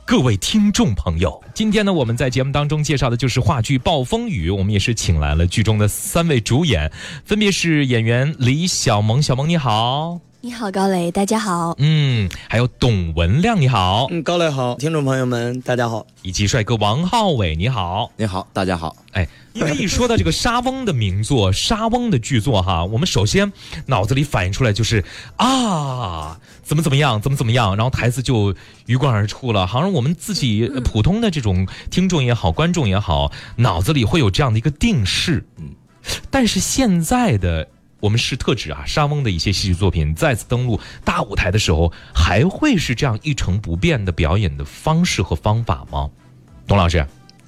各位听众朋友，今天呢，我们在节目当中介绍的就是话剧《暴风雨》，我们也是请来了剧中的3位主演，分别是演员李小萌，小萌你好。 你好，高磊，大家好。 还有董文亮，你好。 高磊好，听众朋友们大家好。 以及帅哥王浩伟，你好。 你好，大家好。 因为一说到这个莎翁的名作、莎翁的剧作哈，我们首先脑子里反映出来就是怎么样，然后台词就鱼贯而出了，好像我们自己普通的这种听众也好、观众也好，脑子里会有这样的一个定式。但是现在的我们是特指莎翁的一些戏剧作品再次登陆大舞台的时候，还会是这样一成不变的表演的方式和方法吗？董老师。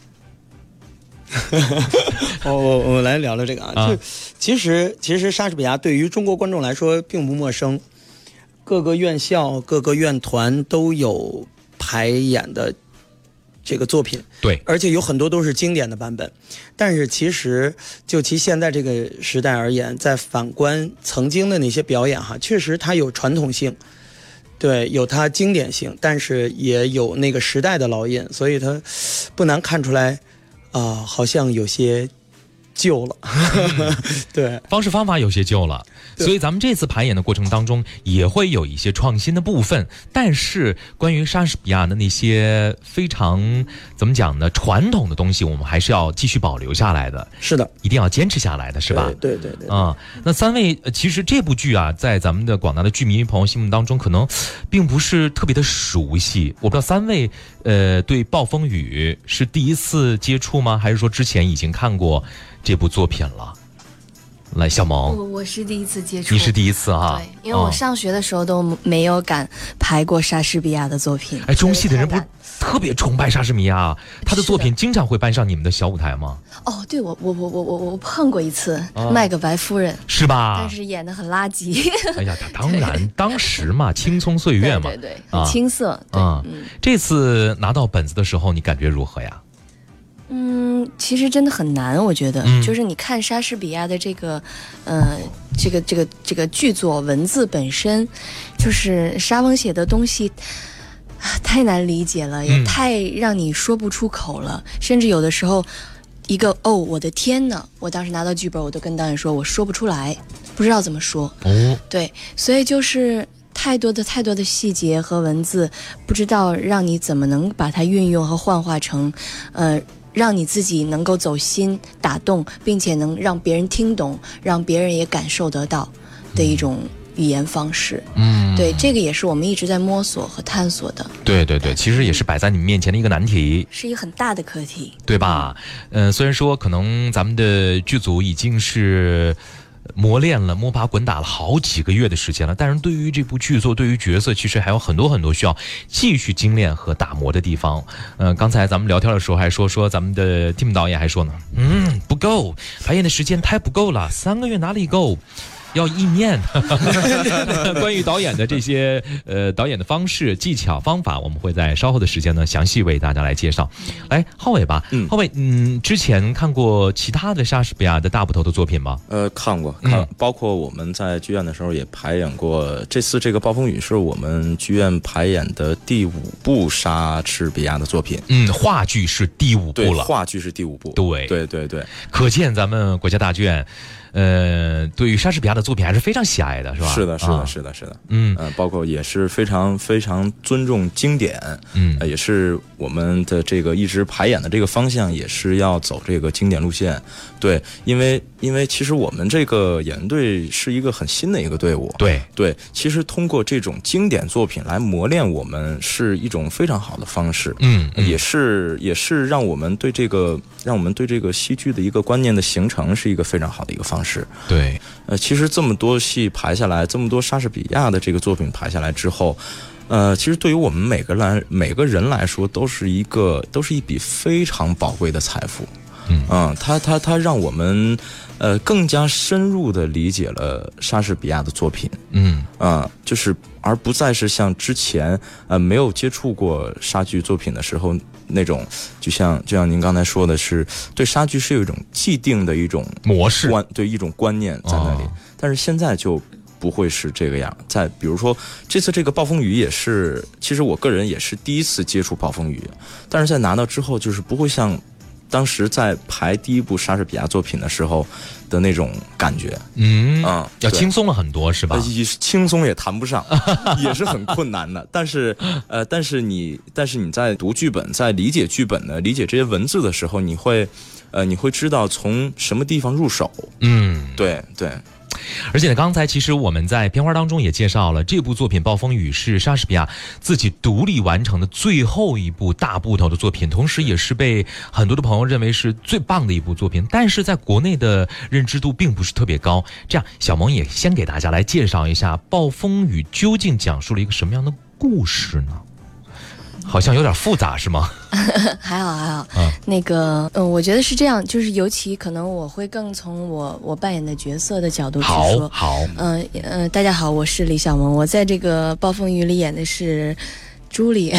我来聊聊这个就其实莎士比亚对于中国观众来说并不陌生，各个院校、各个院团都有排演的这个作品， 对， 而且有很多都是经典的版本。但是其实就其现在这个时代而言，在反观曾经的那些表演确实它有传统性，对，有它经典性，但是也有那个时代的烙印，所以它不难看出来好像有些旧了。对， 方式方法有些旧了，所以咱们这次排演的过程当中也会有一些创新的部分，但是关于莎士比亚的那些非常怎么讲呢，传统的东西我们还是要继续保留下来的。 是的， 一定要坚持下来的，是吧？ 对。 那3位其实这部剧在咱们的广大的剧迷朋友心目当中可能并不是特别的熟悉，我不知道3位对《暴风雨》是第一次接触吗？还是说之前已经看过这部作品了？来，小萌， 我是第一次接触。 你是第一次对，因为我上学的时候都没有敢排过莎士比亚的作品。 中戏的人不是特别崇拜莎士比亚，他的作品经常会搬上你们的小舞台吗？ 对，我碰过一次《麦克白夫人》， 是吧？ 但是演得很垃圾。 哎呀，他当然当时嘛，青葱岁月嘛， 对，很青涩。 这次拿到本子的时候，你感觉如何呀？ 其实真的很难，我觉得，就是你看莎士比亚的这个剧作文字本身，就是莎翁写的东西太难理解了，也太让你说不出口了，甚至有的时候一个我的天哪，我当时拿到剧本我都跟导演说我说不出来，不知道怎么说。对，所以就是太多的细节和文字，不知道让你怎么能把它运用和幻化成让你自己能够走心打动，并且能让别人听懂，让别人也感受得到的一种语言方式。对，这个也是我们一直在摸索和探索的。对， 其实也是摆在你们面前的一个难题， 是一个很大的课题， 对吧？虽然说可能咱们的剧组已经是磨练了、摸爬滚打了好几个月的时间了，但是对于这部剧作、对于角色，其实还有很多需要继续精炼和打磨的地方。刚才咱们聊天的时候还说咱们的 Tim 导演还说呢，不够，排演的时间太不够了，3个月哪里够？要意念。关于导演的这些导演的方式、技巧、方法，我们会在稍后的时间呢详细为大家来介绍。来，浩伟吧，浩伟，之前看过其他的莎士比亚的大部头的作品吗？ 看过，包括我们在剧院的时候也排演过。这次这个《暴风雨》是我们剧院排演的第5部莎士比亚的作品。 话剧是第5部了， 话剧是第5部。对， 可见咱们国家大剧院。对于莎士比亚的作品还是非常喜爱的，是吧？ 是的。包括也是非常尊重经典，也是我们的这个一直排演的这个方向，也是要走这个经典路线。对，因为其实我们这个演员队是一个很新的一个队伍。对，其实通过这种经典作品来磨练我们是一种非常好的方式。也是让我们对这个戏剧的一个观念的形成是一个非常好的一个方式。 对， 其实这么多戏排下来，这么多莎士比亚的这个作品排下来之后，其实对于我们每个人来说，都是一笔非常宝贵的财富。它让我们更加深入地理解了莎士比亚的作品。就是而不再是像之前没有接触过莎剧作品的时候那种，就像您刚才说的，是对莎剧是有一种既定的一种模式， 对一种观念在那里。但是现在就不会是这个样。再比如说这次这个暴风雨也是，其实我个人也是第一次接触暴风雨，但是在拿到之后就是不会像当时在排第一部莎士比亚作品的时候的那种感觉， 要轻松了很多是吧？ 轻松也谈不上，也是很困难的。但是你在读剧本，在理解剧本的理解这些文字的时候，你会知道从什么地方入手。对。 而且呢，刚才其实我们在片花当中也介绍了，这部作品《暴风雨》是莎士比亚自己独立完成的最后一部大部头的作品，同时也是被很多的朋友认为是最棒的一部作品，但是在国内的认知度并不是特别高。这样，小萌也先给大家来介绍一下《暴风雨》究竟讲述了一个什么样的故事呢？好像有点复杂是吗？ 还好，那个我觉得是这样，就是尤其可能我会更从我扮演的角色的角度去说。 好， 大家好，我是李小萌，我在这个《暴风雨》里演的是朱莉，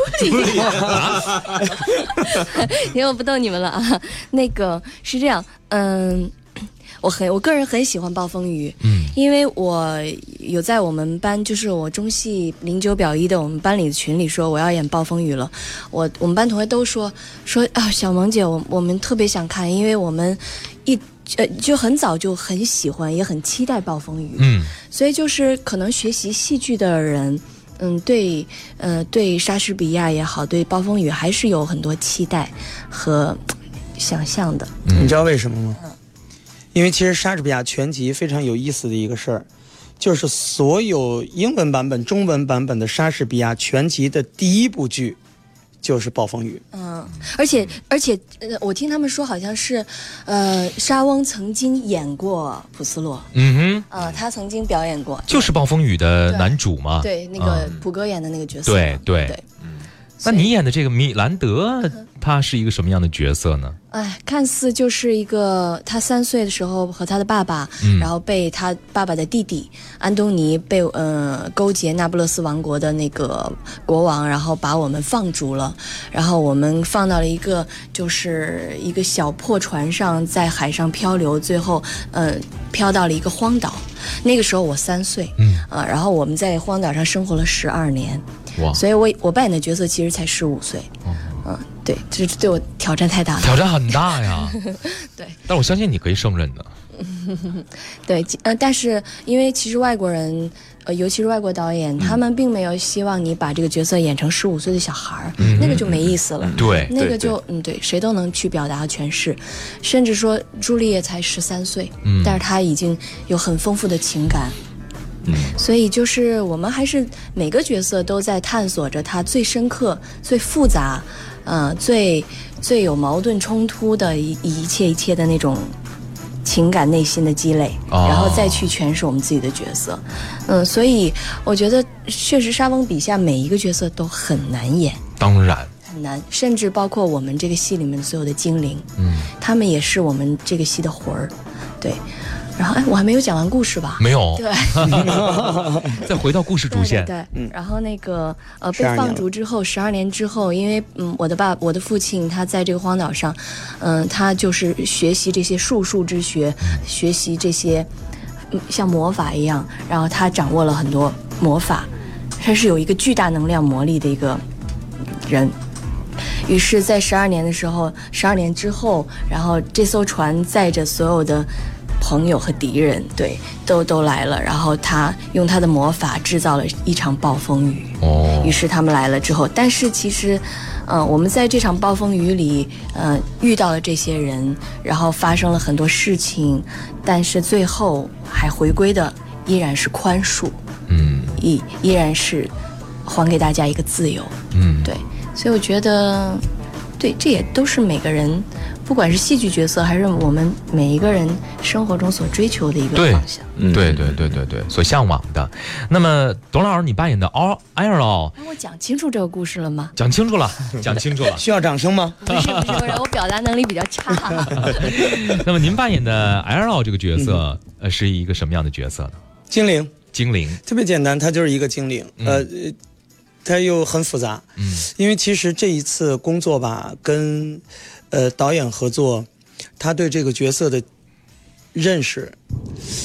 因为我不逗你们了啊。那个是这样，我个人很喜欢暴风雨，因为我有在我们班，就是我中戏09表一的我们班里的群里说我要演暴风雨了，我们班同学都说啊，小萌姐，我们特别想看，因为我们就很早就很喜欢，也很期待暴风雨，所以就是可能学习戏剧的人。对莎士比亚也好，对暴风雨还是有很多期待和想象的。 你知道为什么吗？因为其实莎士比亚全集非常有意思的一个事儿，就是所有英文版本、中文版本的莎士比亚全集的第一部剧就是《暴风雨》。 而且我听他们说好像是，莎翁曾经演过普斯洛。他曾经表演过， 就是《暴风雨》的男主嘛。 对，那个普哥演的那个角色。 对。那你演的这个米兰德，他是一个什么样的角色呢？ 看似就是一个他3岁的时候和他的爸爸，然后被他爸爸的弟弟安东尼被勾结那不勒斯王国的那个国王，然后把我们放逐了，然后我们放到了一个就是一个小破船上，在海上漂流，最后飘到了一个荒岛。那个时候我3岁，然后我们在荒岛上生活了12年。所以我扮演的角色其实才15岁，对，这对我挑战太大了， 挑战很大呀。 对， 但我相信你可以胜任的。 对，但是因为其实外国人，尤其是外国导演，他们并没有希望你把这个角色演成15岁的小孩，那个就没意思了。 对， 那个就对，谁都能去表达和诠释，甚至说朱丽叶才13岁，但是她已经有很丰富的情感。所以就是我们还是每个角色都在探索着他最深刻、最复杂，最有矛盾冲突的一切的那种情感内心的积累，然后再去诠释我们自己的角色。所以我觉得确实莎翁笔下每一个角色都很难演， 当然很难，甚至包括我们这个戏里面所有的精灵，他们也是我们这个戏的魂儿，对。然后我还没有讲完故事吧？ 没有。 对。 再回到故事主线。 对。然后那个被放逐之后12年之后，因为我的父亲他在这个荒岛上，他就是学习这些术数之学，学习这些像魔法一样，然后他掌握了很多魔法，他是有一个巨大能量魔力的一个人。于是在12年的时候，12年之后，然后这艘船载着所有的朋友和敌人，对，都来了，然后他用他的魔法制造了一场暴风雨。于是他们来了之后，但是其实我们在这场暴风雨里遇到了这些人，然后发生了很多事情，但是最后还回归的依然是宽恕，依然是还给大家一个自由。对，所以我觉得对，这也都是每个人不管是戏剧角色还是我们每一个人生活中所追求的一个方向。 对，所向往的。那么董老师，你扮演的埃尔劳， 我讲清楚这个故事了吗？ 讲清楚了。 需要掌声吗？ 不是，我表达能力比较差。 那么您扮演的埃尔劳这个角色是一个什么样的角色呢？ 精灵，特别简单，他就是一个精灵。它又很复杂，因为其实这一次工作吧，跟导演合作，他对这个角色的认识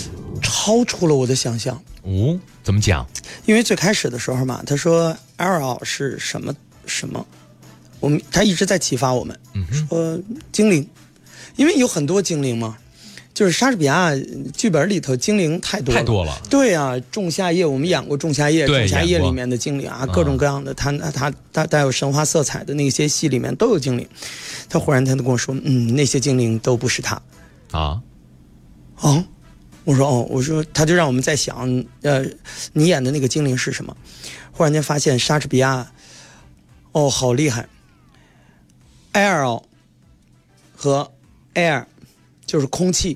超出了我的想象。 哦，怎么讲？ 因为最开始的时候嘛，他说 Errol 是什么什么，他一直在启发我们，说精灵，因为有很多精灵嘛。就是莎士比亚剧本里头精灵太多了，对啊，仲夏夜我们演过仲夏夜里面的精灵啊，各种各样的，他带有神话色彩的那些戏里面都有精灵。他忽然他就跟我说，那些精灵都不是他啊。哦，我说他就让我们在想，你演的那个精灵是什么？忽然间发现莎士比亚，好厉害 ，air 和 air 就是空气。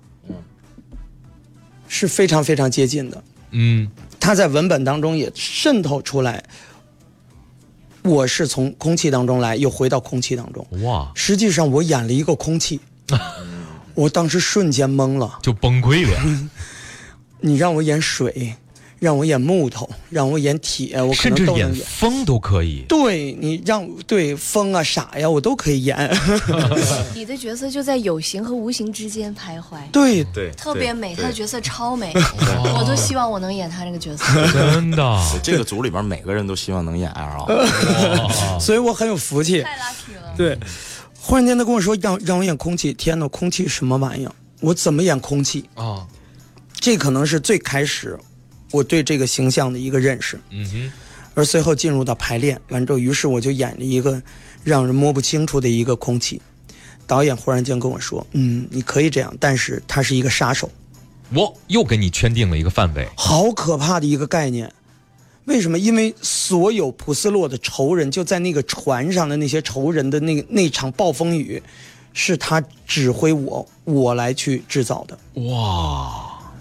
是非常非常接近的，他在文本当中也渗透出来，我是从空气当中来，又回到空气当中。哇！实际上我演了一个空气，我当时瞬间懵了， 就崩溃了。 你让我演水，让我演木头，让我演铁，我可能都能演， 甚至演风都可以。 对，你对风啊、傻呀，我都可以演。 你的角色就在有形和无形之间徘徊。 对， 特别美，他的角色超美，我都希望我能演他这个角色。 真的， 这个组里边每个人都希望能演 L， 所以我很有福气。 太 lucky 了。 对，忽然间他跟我说让我演空气，天哪，空气什么玩意儿？我怎么演空气啊？这可能是最开始我对这个形象的一个认识，而随后进入到排练完之后，于是我就演了一个让人摸不清楚的一个空气。导演忽然间跟我说，你可以这样，但是他是一个杀手。 我又给你圈定了一个范围， 好可怕的一个概念。为什么？因为所有普斯洛的仇人就在那个船上的那些仇人的那场暴风雨，是他指挥我来去制造的。哇！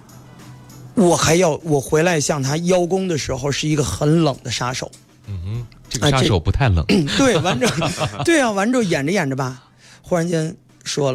我回来向他邀功的时候是一个很冷的杀手。 这个杀手不太冷。 对，完之后演着演着吧，忽然间说，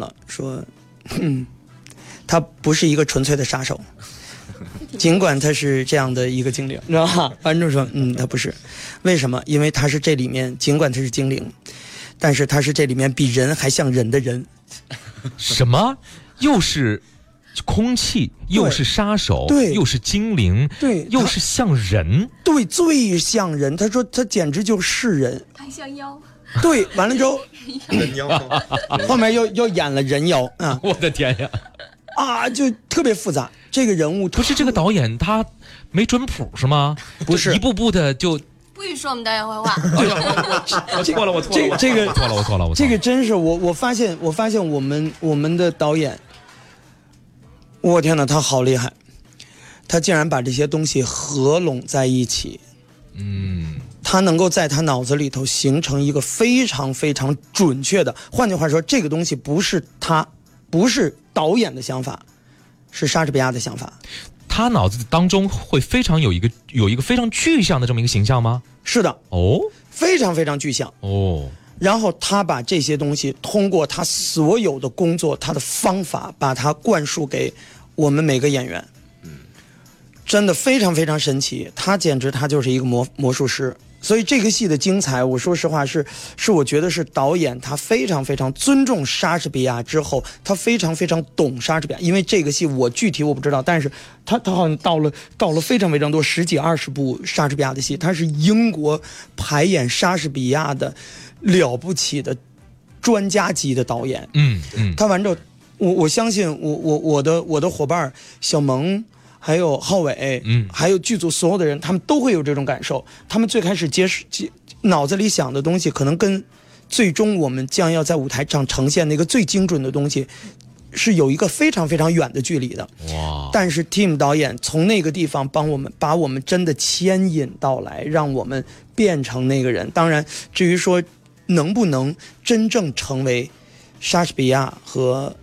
他不是一个纯粹的杀手，尽管他是这样的一个精灵，知道吧？完之后说，他不是，为什么？因为他是这里面，尽管他是精灵，但是他是这里面比人还像人的人。 什么？又是空气，又是杀手， 对， 又是精灵， 对， 又是像人， 对，最像人。他说他简直就是人， 他像妖。 对，完了之后， 人妖， 后面又演了人妖啊！ 我的天呀！ 啊，就特别复杂。这个人物不是这个导演他没准谱是吗？ 不是， 一步步的就。 不许说我们导演坏话。 哎呀，我错了，我错了， 这个我错了。 这个真是我发现我们的导演。我天哪，他好厉害！他竟然把这些东西合拢在一起，他能够在他脑子里头形成一个非常非常准确的。换句话说，这个东西不是导演的想法，是莎士比亚的想法。 他脑子当中会非常有一个非常具象的这么一个形象吗？ 是的， 哦， 非常非常具象哦。然后他把这些东西通过他所有的工作，他的方法，把它灌输给我们每个演员。真的非常非常神奇，他简直他就是一个魔术师。所以这个戏的精彩，我说实话是我觉得是导演他非常非常尊重莎士比亚之后，他非常非常懂莎士比亚。因为这个戏具体我不知道，但是他好像到了非常非常多10几20部莎士比亚的戏，他是英国排演莎士比亚的了不起的专家级的导演。他完之后，我相信我的伙伴小萌。还有浩伟，还有剧组所有的人，他们都会有这种感受。他们最开始脑子里想的东西，可能跟最终我们将要在舞台上呈现那个最精准的东西，是有一个非常非常远的距离的。哇！但是 Tim 导演从那个地方把我们真的牵引到来，让我们变成那个人。当然，至于说能不能真正成为莎士比亚和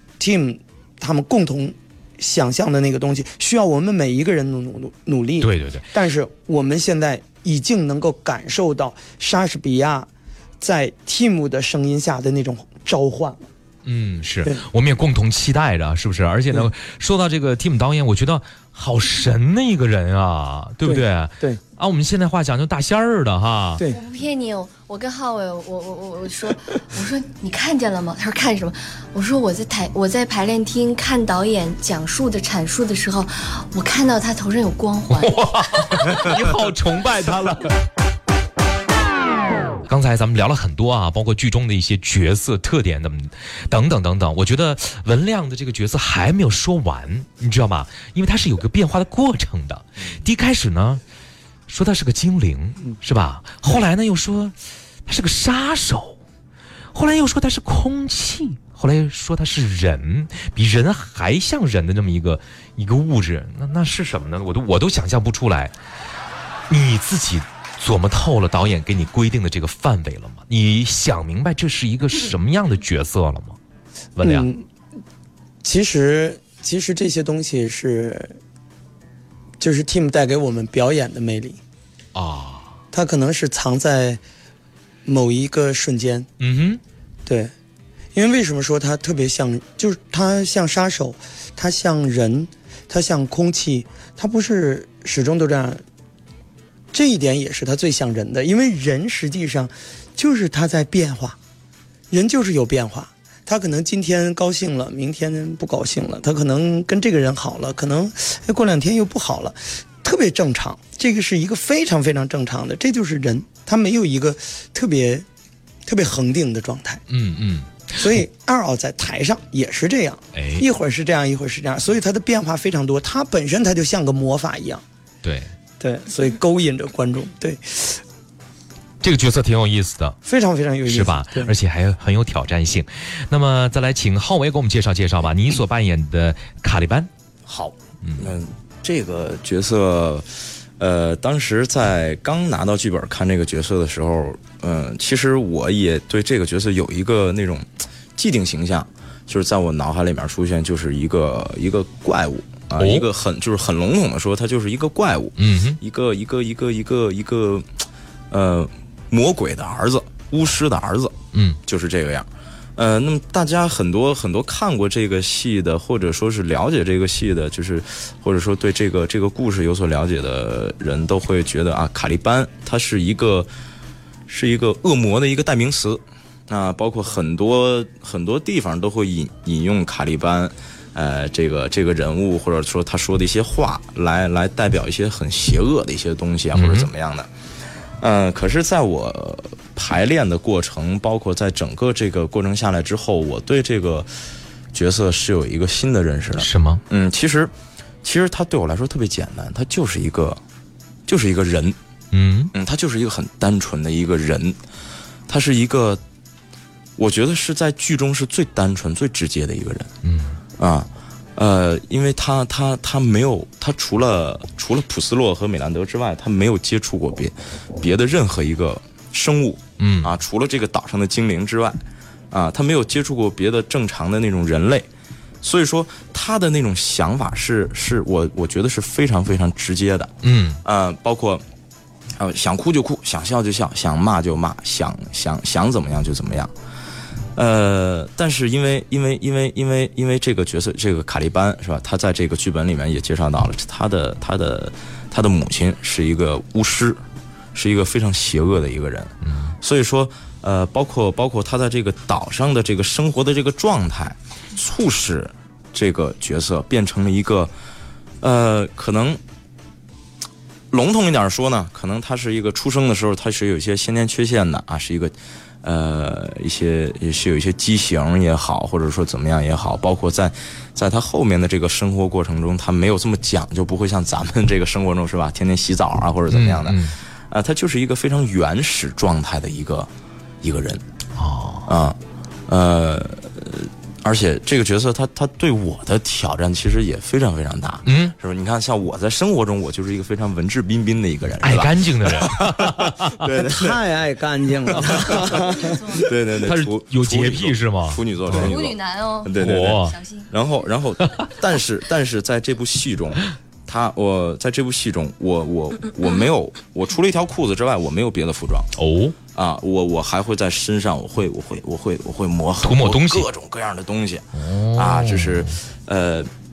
Tim 他们共同想象的那个东西，需要我们每一个人努力。 对。 但是我们现在已经能够感受到莎士比亚在 Tim 的声音下的那种召唤了。 是，我们也共同期待着，是不是？而且呢，说到这个 Tim 导演，我觉得好神的一个人啊，对不对？ 对。 啊，我们现在话讲究大仙儿的哈。 对， 我不骗你，我跟浩伟，我说你看见了吗？他说看什么？我说我在排练厅看导演讲述的阐述的时候，我看到他头上有光环。 哇，你好崇拜他了。刚才咱们聊了很多啊，包括剧中的一些角色特点等等。我觉得文亮的这个角色还没有说完，你知道吗？因为他是有个变化的过程的。第一开始呢，说他是个精灵，是吧？后来呢，又说他是个杀手，后来又说他是空气，后来又说他是人，比人还像人的这么一个物质。那是什么呢？我都想象不出来。你自己琢磨透了导演给你规定的这个范围了吗？你想明白这是一个什么样的角色了吗？文亮， 其实这些东西就是 team 带给我们表演的魅力啊， 它可能是藏在某一个瞬间。对，因为为什么说它特别像，就是它像杀手，它像人，它像空气，它不是始终都这样。这一点也是他最像人的，因为人实际上就是他在变化，人就是有变化，他可能今天高兴了，明天不高兴了，他可能跟这个人好了，可能过2天又不好了，特别正常，这个是一个非常非常正常的，这就是人，他没有一个特别恒定的状态。所以二奥在台上也是这样，一会儿是这样，一会儿是这样，所以他的变化非常多，他本身他就像个魔法一样。对，所以勾引着观众。对， 这个角色挺有意思的， 非常非常有意思， 是吧？而且还很有挑战性。那么再来请浩伟给我们介绍吧，你所扮演的卡利班。 好，这个角色，当时在刚拿到剧本看这个角色的时候，其实我也对这个角色有一个那种既定形象，就是在我脑海里面出现就是一个怪物。一个很笼统的说，它就是一个怪物，一个魔鬼的儿子，巫师的儿子，就是这个样。那么大家很多看过这个戏的，或者说是了解这个戏的，就是或者说对这个故事有所了解的人，都会觉得啊，卡利班他是一个恶魔的一个代名词啊，包括很多地方都会引用卡利班。这个人物或者说他说的一些话来代表一些很邪恶的一些东西啊，或者怎么样的。可是在我排练的过程，包括在整个这个过程下来之后，我对这个角色是有一个新的认识的。 是吗？ 其实他对我来说特别简单，他就是一个人。他就是一个很单纯的一个人，他是一个，我觉得是在剧中是最单纯最直接的一个人。因为他没有，他除了普斯洛和美兰德之外，他没有接触过别的任何一个生物，除了这个岛上的精灵之外，他没有接触过别的正常的那种人类，所以说他的那种想法是我觉得是非常非常直接的，包括想哭就哭，想笑就笑，想骂就骂，想怎么样就怎么样。但是因为这个角色，这个卡利班是吧？他在这个剧本里面也介绍到了，他的母亲是一个巫师，是一个非常邪恶的一个人。所以说包括他在这个岛上的这个生活的这个状态，促使这个角色变成了一个可能笼统一点说呢，可能他是一个出生的时候他是有一些先天缺陷的啊，是一个也是有一些畸形也好，或者说怎么样也好，包括在他后面的这个生活过程中，他没有这么讲究，不会像咱们这个生活中是吧，天天洗澡啊或者怎么样的，他就是一个非常原始状态的一个人。而且这个角色他对我的挑战其实也非常非常大，是吧？你看，像我在生活中，我就是一个非常文质彬彬的一个人， 爱干净的人， 对，太爱干净了， 对， 他是有洁癖是吗？ 处女男哦， 对， 小心。 然后，但是在这部戏中，我在这部戏中，我没有，我除了一条裤子之外，我没有别的服装。我还会在身上，我会抹涂抹东西， 各种各样的东西。这是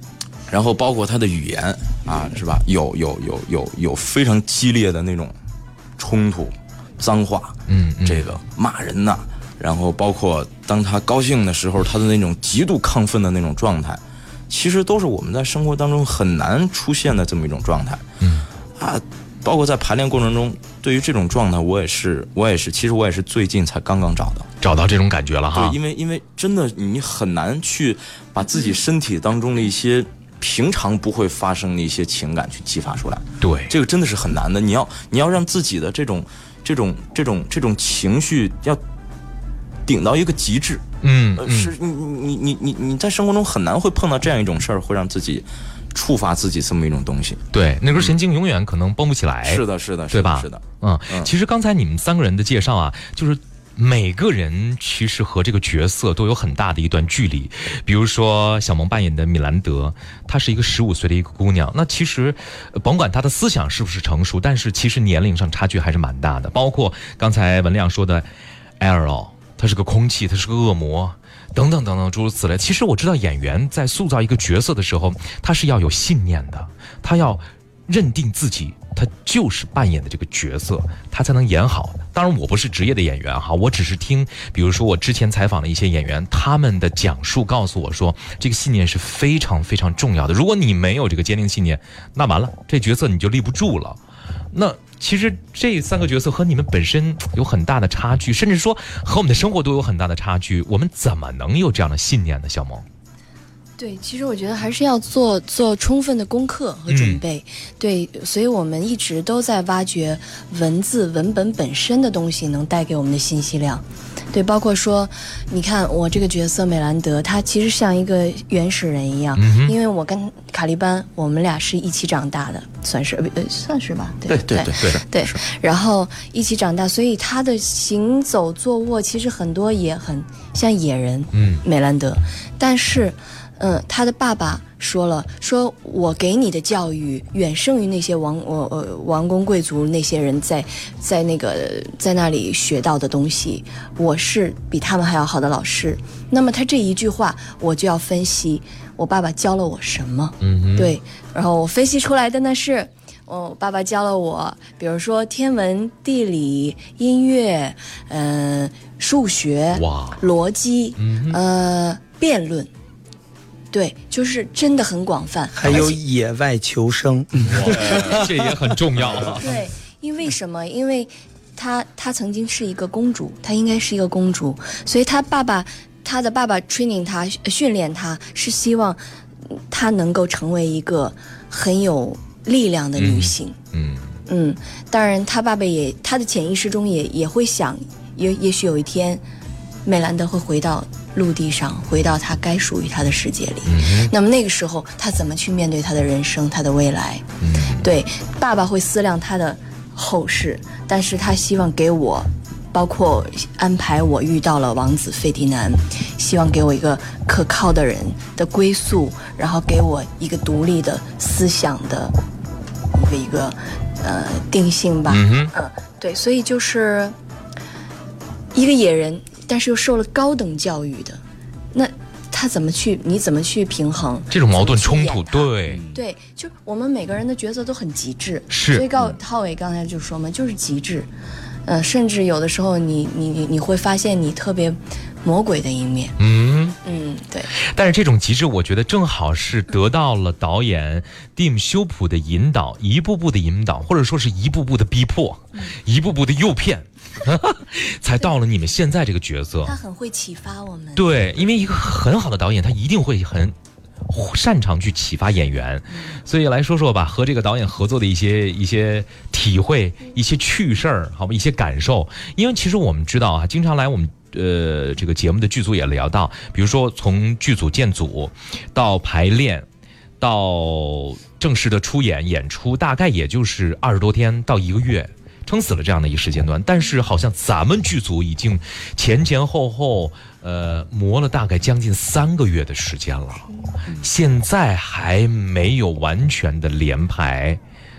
然后包括他的语言啊，是吧？有非常激烈的那种冲突、脏话，这个骂人呐，然后包括当他高兴的时候，他的那种极度亢奋的那种状态，其实都是我们在生活当中很难出现的这么一种状态。包括在排练过程中，对于这种状态，我也是，其实我也是最近才刚刚找到这种感觉了哈。 对，因为真的你很难去把自己身体当中的一些平常不会发生的一些情感去激发出来。 对， 这个真的是很难的。你要让自己的这种情绪要顶到一个极致。是你在生活中很难会碰到这样一种事儿，会让自己触发自己这么一种东西。 对，那根神经永远可能绷不起来。 是的，对吧？是的。 其实刚才你们3个人的介绍啊，就是每个人其实和这个角色都有很大的一段距离。比如说小萌扮演的米兰德，她是一个15岁的一个姑娘，那其实甭管她的思想是不是成熟，但是其实年龄上差距还是蛮大的。包括刚才文亮说的 Arrow， 他是个空气，他是个恶魔，等等等等诸如此类。其实我知道演员在塑造一个角色的时候，他是要有信念的，他要认定自己他就是扮演的这个角色，他才能演好。当然我不是职业的演员哈，我只是听比如说我之前采访的一些演员，他们的讲述告诉我说，这个信念是非常非常重要的。如果你没有这个坚定信念，那完了，这角色你就立不住了。那其实这3个角色和你们本身有很大的差距，甚至说和我们的生活都有很大的差距，我们怎么能有这样的信念呢？小萌？ 对，其实我觉得还是要做充分的功课和准备。对，所以我们一直都在挖掘文本本身的东西能带给我们的信息量。对，包括说，你看我这个角色美兰德，他其实像一个原始人一样，因为我跟卡利班，我们俩是一起长大的，算是吧？对，然后一起长大，所以他的行走坐卧其实很多也很像野人，美兰德，但是。他的爸爸说我给你的教育远胜于那些王公贵族那些人在那里学到的东西，我是比他们还要好的老师。那么他这一句话，我就要分析我爸爸教了我什么。对，然后我分析出来的呢是，我爸爸教了我，比如说天文、地理、音乐，数学、逻辑，辩论。对，就是真的很广泛， 还有野外求生， 这也很重要了。 对，因为什么？因为她曾经是一个公主，她应该是一个公主，所以她的爸爸 training 她，训练她，是希望她能够成为一个很有力量的女性。当然，她爸爸她的潜意识中也会想，也许有一天，美兰德会回到陆地上，回到他该属于他的世界里。那么那个时候他怎么去面对他的人生，他的未来？对，爸爸会思量他的后事，但是他希望给我，包括安排我遇到了王子费迪南，希望给我一个可靠的人的归宿，然后给我一个独立的思想的一个定性吧。对，所以就是一个野人，但是又受了高等教育的，那你怎么去平衡这种矛盾冲突？对， 就我们每个人的角色都很极致， 是。 所以浩伟刚才就说嘛，就是极致。甚至有的时候你会发现你特别魔鬼的一面。对。 但是这种极致，我觉得正好是得到了导演蒂姆·休普的引导，一步步的引导，或者说是一步步的逼迫，一步步的诱骗，才到了你们现在这个角色。 他很会启发我们。 对，因为一个很好的导演，他一定会很擅长去启发演员。所以来说说吧，和这个导演合作的一些体会，一些趣事儿，好吧，一些感受。因为其实我们知道啊，经常来我们这个节目的剧组也聊到，比如说从剧组建组到排练到正式的出演出，大概也就是20多天到1个月，撑死了这样的一个时间段。但是好像咱们剧组已经前后磨了大概将近3个月的时间了，现在还没有完全的连排。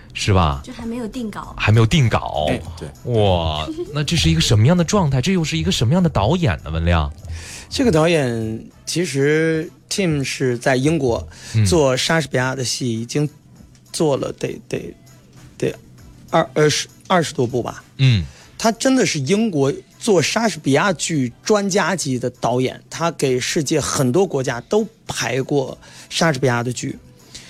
是吧？ 就还没有定稿， 还没有定稿。 对， 哇，那这是一个什么样的状态？这又是一个什么样的导演呢？文亮， 这个导演其实 Tim 是在英国做莎士比亚的戏，已经做了得20多部吧。他真的是英国做莎士比亚剧专家级的导演，他给世界很多国家都排过莎士比亚的剧。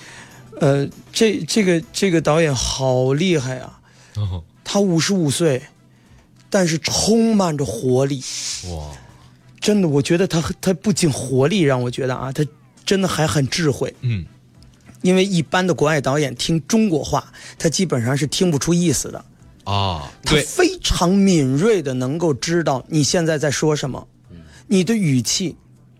这个导演好厉害啊！他55岁，但是充满着活力。哇，真的，我觉得他不仅活力让我觉得啊，他真的还很智慧。因为一般的国外导演听中国话，他基本上是听不出意思的。他非常敏锐的能够知道你现在在说什么，你的语气。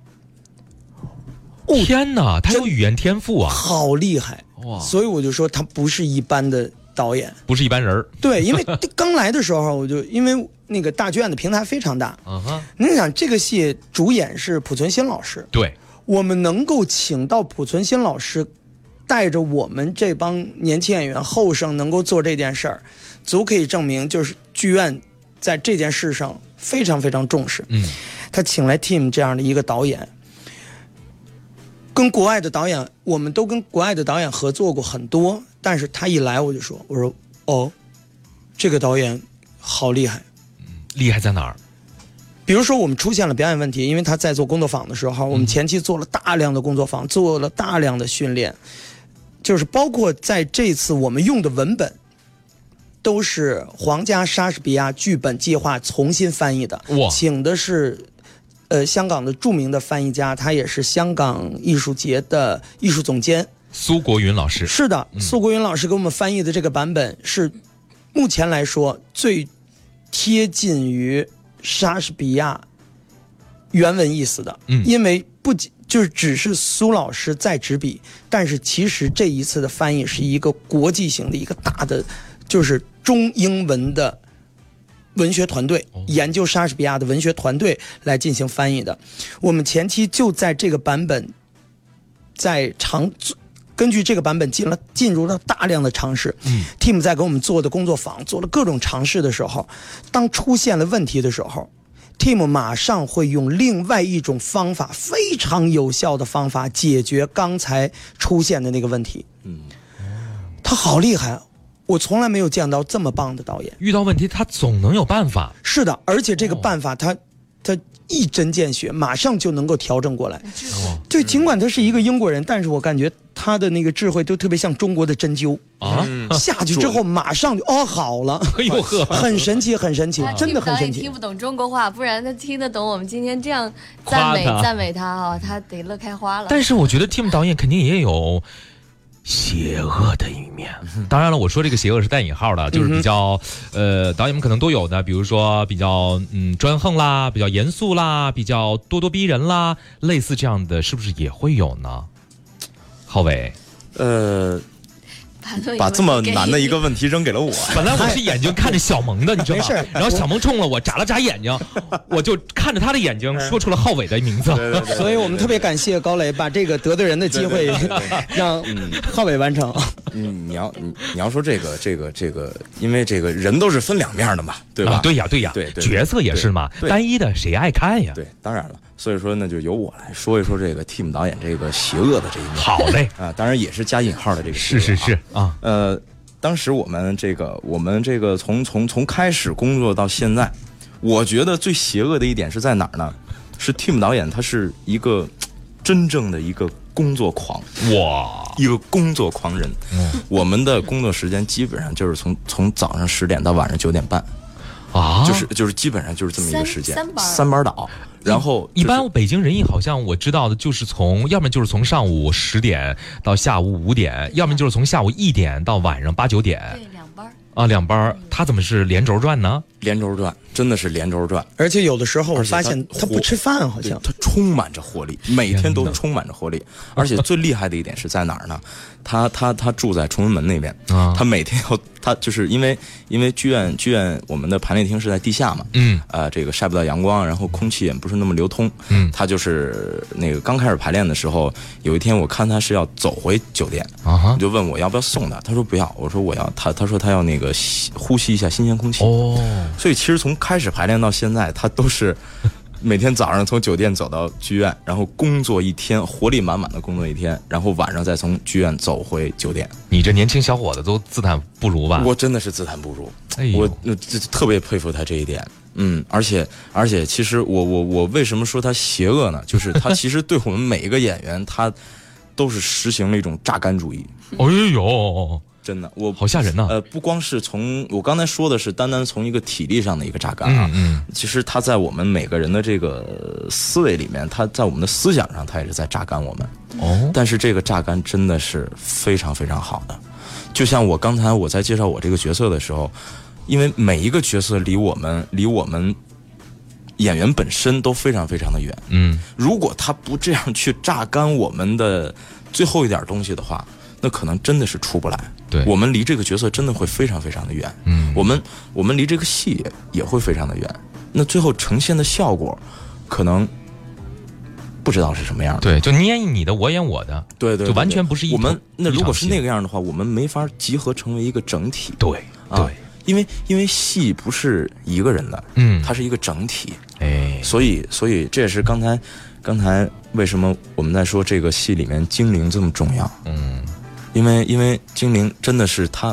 天哪，他有语言天赋啊， 好厉害哇！所以我就说他不是一般的导演， 不是一般人。 对，因为刚来的时候因为那个大剧院的平台非常大，你想这个戏主演是濮存昕老师， 对， 我们能够请到濮存昕老师带着我们这帮年轻演员后生能够做这件事儿，足可以证明就是剧院在这件事上非常非常重视。他请来 Tim 这样的一个导演，跟国外的导演，我们都跟国外的导演合作过很多，但是他一来我说哦，这个导演好厉害。 厉害在哪儿？ 比如说我们出现了表演问题，因为他在做工作坊的时候，我们前期做了大量的工作坊，做了大量的训练，就是包括在这次我们用的文本都是皇家莎士比亚剧本计划重新翻译的，请的是香港的著名的翻译家，他也是香港艺术节的艺术总监苏国云老师。 是的，苏国云老师给我们翻译的这个版本是目前来说最贴近于莎士比亚原文意思的。因为不仅就是只是苏老师在执笔，但是其实这一次的翻译是一个国际型的一个大的就是中英文的文学团队，研究莎士比亚的文学团队来进行翻译的。我们前期就在这个版本根据这个版本进入了大量的尝试。Tim 在给我们做的工作坊做了各种尝试的时候，当出现了问题的时候， Tim 马上会用另外一种方法，非常有效的方法解决刚才出现的那个问题。他好厉害，我从来没有见到这么棒的导演。 遇到问题他总能有办法。 是的，而且这个办法他一针见血，马上就能够调整过来。对，尽管他是一个英国人，但是我感觉他的那个智慧都特别像中国的针灸啊，下去之后马上就好了。 哎呦呵， 很神奇，很神奇，真的很神奇。 听不懂中国话，不然他听得懂我们今天这样赞美他啊，他得乐开花了。 但是我觉得 Tim 导演肯定也有邪恶的一面，当然了，我说这个邪恶是带引号的，就是比较导演们可能都有的，比如说比较专横啦，比较严肃啦，比较咄咄逼人啦，类似这样的是不是也会有呢？浩伟， 把这么难的一个问题扔给了我。 本来我是眼睛看着小萌的，你知道吗？然后小萌冲了我，眨了眨眼睛，我就看着他的眼睛，说出了浩伟的名字。 所以我们特别感谢高磊把这个得罪人的机会让浩伟完成。 你要说这个，因为这个人都是分两面的嘛，对吧？ 对呀， 对， 角色也是嘛，单一的谁爱看呀？ 对，当然了。所以说呢，就由我来说一说这个 Tim 导演这个邪恶的这一面。 好嘞啊，当然也是加引号的这个邪恶。 是啊。 当时我们这个从开始工作到现在，我觉得最邪恶的一点是在哪儿呢？是 Tim 导演他是一个真正的一个工作狂，哇，一个工作狂人。我们的工作时间基本上就是从早上10点到晚上9点半。啊，就是基本上就是这么一个时间，三班倒。然后一般北京人艺好像我知道的就是要么就是从上午10点到下午5点，要么就是从下午1点到晚上8、9点。 对，2班啊，2班。他怎么是连轴转呢？ 连轴转，真的是连轴转。 而且有的时候我发现他不吃饭，好像他充满着活力，每天都充满着活力。而且最厉害的一点是在哪儿呢？ 他住在崇文门那边啊，他每天他就是因为剧院我们的排练厅是在地下嘛，这个晒不到阳光，然后空气也不是那么流通，他就是那个刚开始排练的时候，有一天我看他是要走回酒店我就问我要不要送他，他说不要，我说我要，他说他要那个呼吸一下新鲜空气所以其实从开始排练到现在，他都是每天早上从酒店走到剧院，然后工作一天，活力满满的工作一天，然后晚上再从剧院走回酒店。 你这年轻小伙子都自叹不如吧？ 我真的是自叹不如，我特别佩服他这一点。而且，其实我为什么说他邪恶呢？就是他其实对我们每一个演员，他都是实行了一种榨干主义。 哎呦！ 真的，我好吓人呐！ 不光是从我刚才说的是单单从一个体力上的一个榨干啊，其实他在我们每个人的这个思维里面，他在我们的思想上，他也是在榨干我们。但是这个榨干真的是非常非常好的。就像我刚才我在介绍我这个角色的时候，因为每一个角色离我们演员本身都非常非常的远。如果他不这样去榨干我们的最后一点东西的话，那可能真的是出不来。 对， 我们离这个角色真的会非常非常的远。我们离这个戏也会非常的远。那最后呈现的效果，可能不知道是什么样的。 对，就你演你的，我演我的。 对， 就完全不是一。 我们那如果是那个样的话，我们没法集合成为一个整体。 对， 因为戏不是一个人的，它是一个整体。所以这也是刚才为什么我们在说这个戏里面精灵这么重要。因为精灵真的是他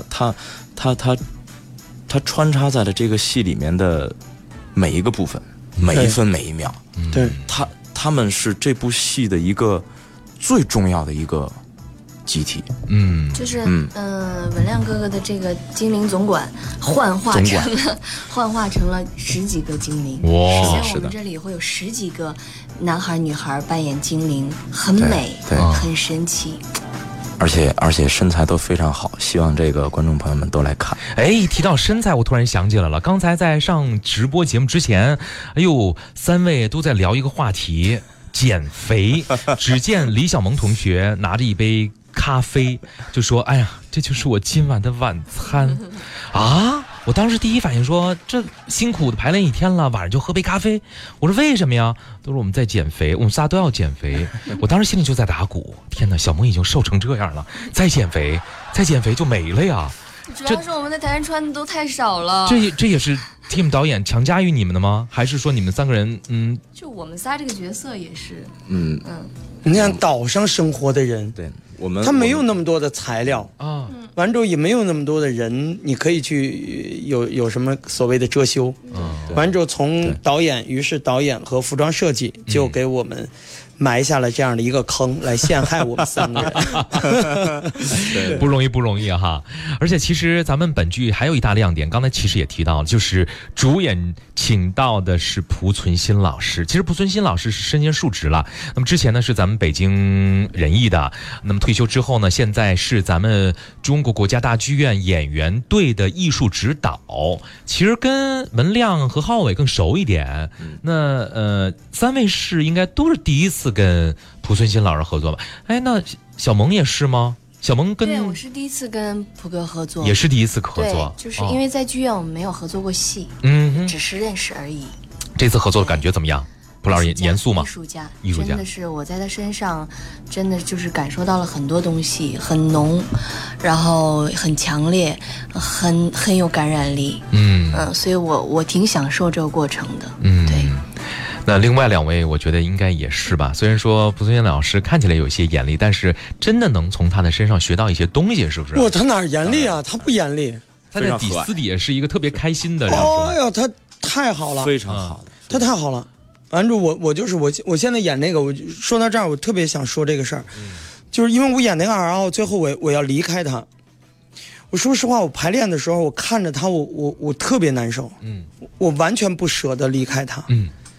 穿插在了这个戏里面的每一个部分，每一分每一秒。 对， 他们是这部戏的一个最重要的一个集体。 就是文亮哥哥的这个精灵总管幻化成了10几个精灵。 哇， 我们这里会有10几个男孩女孩扮演精灵，很美，很神奇。 而且身材都非常好，希望这个观众朋友们都来看。 提到身材，我突然想起来了，刚才在上直播节目之前，三位都在聊一个话题，减肥。只见李小萌同学拿着一杯咖啡，就说：“哎呀，这就是我今晚的晚餐啊！”我当时第一反应说，这辛苦的排练一天了，晚上就喝杯咖啡。我说为什么呀？都说我们在减肥，我们仨都要减肥。我当时心里就在打鼓，天哪，小萌已经瘦成这样了，再减肥就没了呀。 主要是我们在台上穿的都太少了。 这也是 team 导演强加于你们的吗？还是说你们3个人就我们仨这个角色也是你看岛上生活的人， 对他没有那么多的材料啊，完之后也没有那么多的人，你可以去有什么所谓的遮羞。完之后从导演，于是导演和服装设计就给我们埋下了这样的一个坑，来陷害我们3个人。不容易哈。而且其实咱们本剧还有一大亮点，刚才其实也提到了，就是主演请到的是濮存昕老师。其实濮存昕老师是身兼数职了，那么之前呢是咱们北京人艺的，那么退休之后呢，现在是咱们中国国家大剧院演员队的艺术指导。其实跟文亮和浩伟更熟一点。那3位是应该都是第一次跟濮存昕老师合作吧？那小萌也是吗？小萌对，我是第一次跟濮哥合作， 也是第一次合作， 就是因为在剧院我们没有合作过戏，只是认识而已。 这次合作的感觉怎么样？濮老师严肃吗？ 艺术家，真的是我在他身上，真的就是感受到了很多东西，很浓，然后很强烈，很有感染力。所以我挺享受这个过程的。对。 那另外2位，我觉得应该也是吧。虽然说濮存昕老师看起来有些严厉，但是真的能从他的身上学到一些东西，是不是？ 他哪严厉啊？他不严厉， 他在私底下是一个特别开心的人。 他太好了， 非常好的， 他太好了。完之后我现在演那个，我说到这儿，我特别想说这个事儿，就是因为我演那个2号，最后我要离开他。我说实话，我排练的时候，我看着他，我特别难受。我完全不舍得离开他。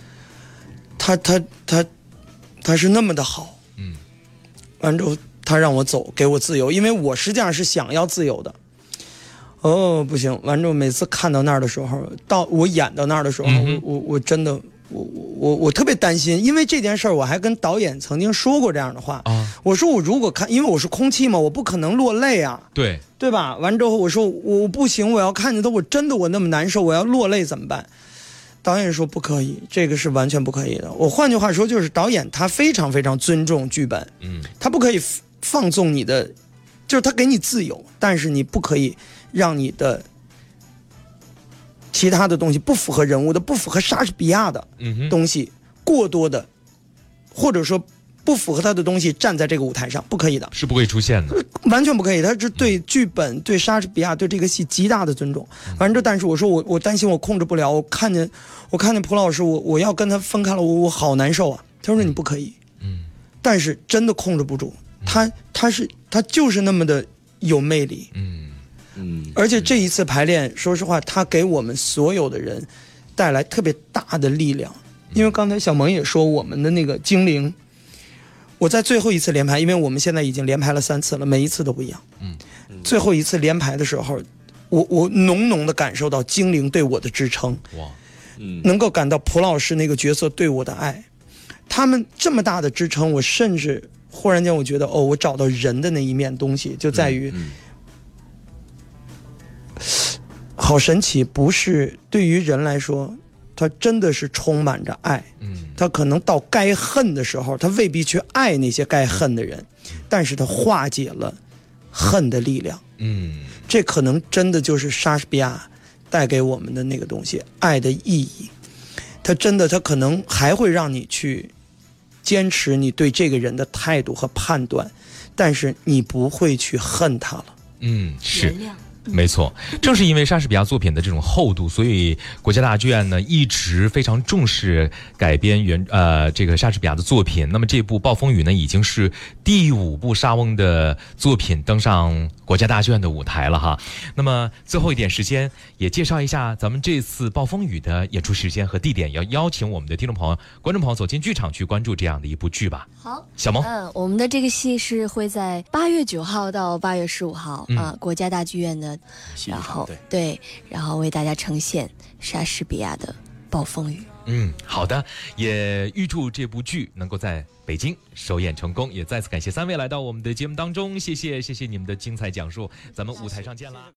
他是那么的好。完之后他让我走，给我自由，因为我实际上是想要自由的。不行，完之后每次看到那儿的时候，到我演到那儿的时候，我真的我特别担心，因为这件事儿我还跟导演曾经说过这样的话。 我说我如果看，因为我是空气嘛，我不可能落泪啊，对吧？完之后我说我不行，我要看见他，我真的我那么难受，我要落泪怎么办？导演说不可以，这个是完全不可以的。我换句话说，就是导演他非常非常尊重剧本，他不可以放纵你的，就是他给你自由，但是你不可以让你的其他的东西不符合人物的、不符合莎士比亚的东西过多的，或者说不符合他的东西站在这个舞台上，不可以的， 是不会出现的， 完全不可以。他是对剧本、对莎士比亚、对这个戏极大的尊重。反正但是我说我担心我控制不了，我看见蒲老师，我要跟他分开了，我好难受啊。他说你不可以，但是真的控制不住，他就是那么的有魅力，而且这一次排练，说实话，他给我们所有的人带来特别大的力量。因为刚才小萌也说，我们的那个精灵，我在最后一次连排，因为我们现在已经连排了3次了，每一次都不一样。最后一次连排的时候，我浓浓的感受到精灵对我的支撑，能够感到蒲老师那个角色对我的爱，他们这么大的支撑，我甚至忽然间我觉得，我找到人的那一面东西，就在于，好神奇，不是对于人来说。他真的是充满着爱，他可能到该恨的时候，他未必去爱那些该恨的人，但是他化解了恨的力量，这可能真的就是莎士比亚带给我们的那个东西，爱的意义。他可能还会让你去坚持你对这个人的态度和判断，但是你不会去恨他了。 是。没错，正是因为莎士比亚作品的这种厚度，所以国家大剧院呢一直非常重视改编这个莎士比亚的作品。那么这部《暴风雨》呢，已经是第5部莎翁的作品登上国家大剧院的舞台了哈。那么最后一点时间，也介绍一下咱们这次《暴风雨》的演出时间和地点，要邀请我们的听众朋友、观众朋友走进剧场去关注这样的一部剧吧。 好， 小萌， 我们的这个戏是会在8月9号到8月15号国家大剧院的。然后然后为大家呈现莎士比亚的《暴风雨》。 好的，也预祝这部剧能够在北京首演成功。也再次感谢3位来到我们的节目当中，谢谢你们的精彩讲述，咱们舞台上见啦。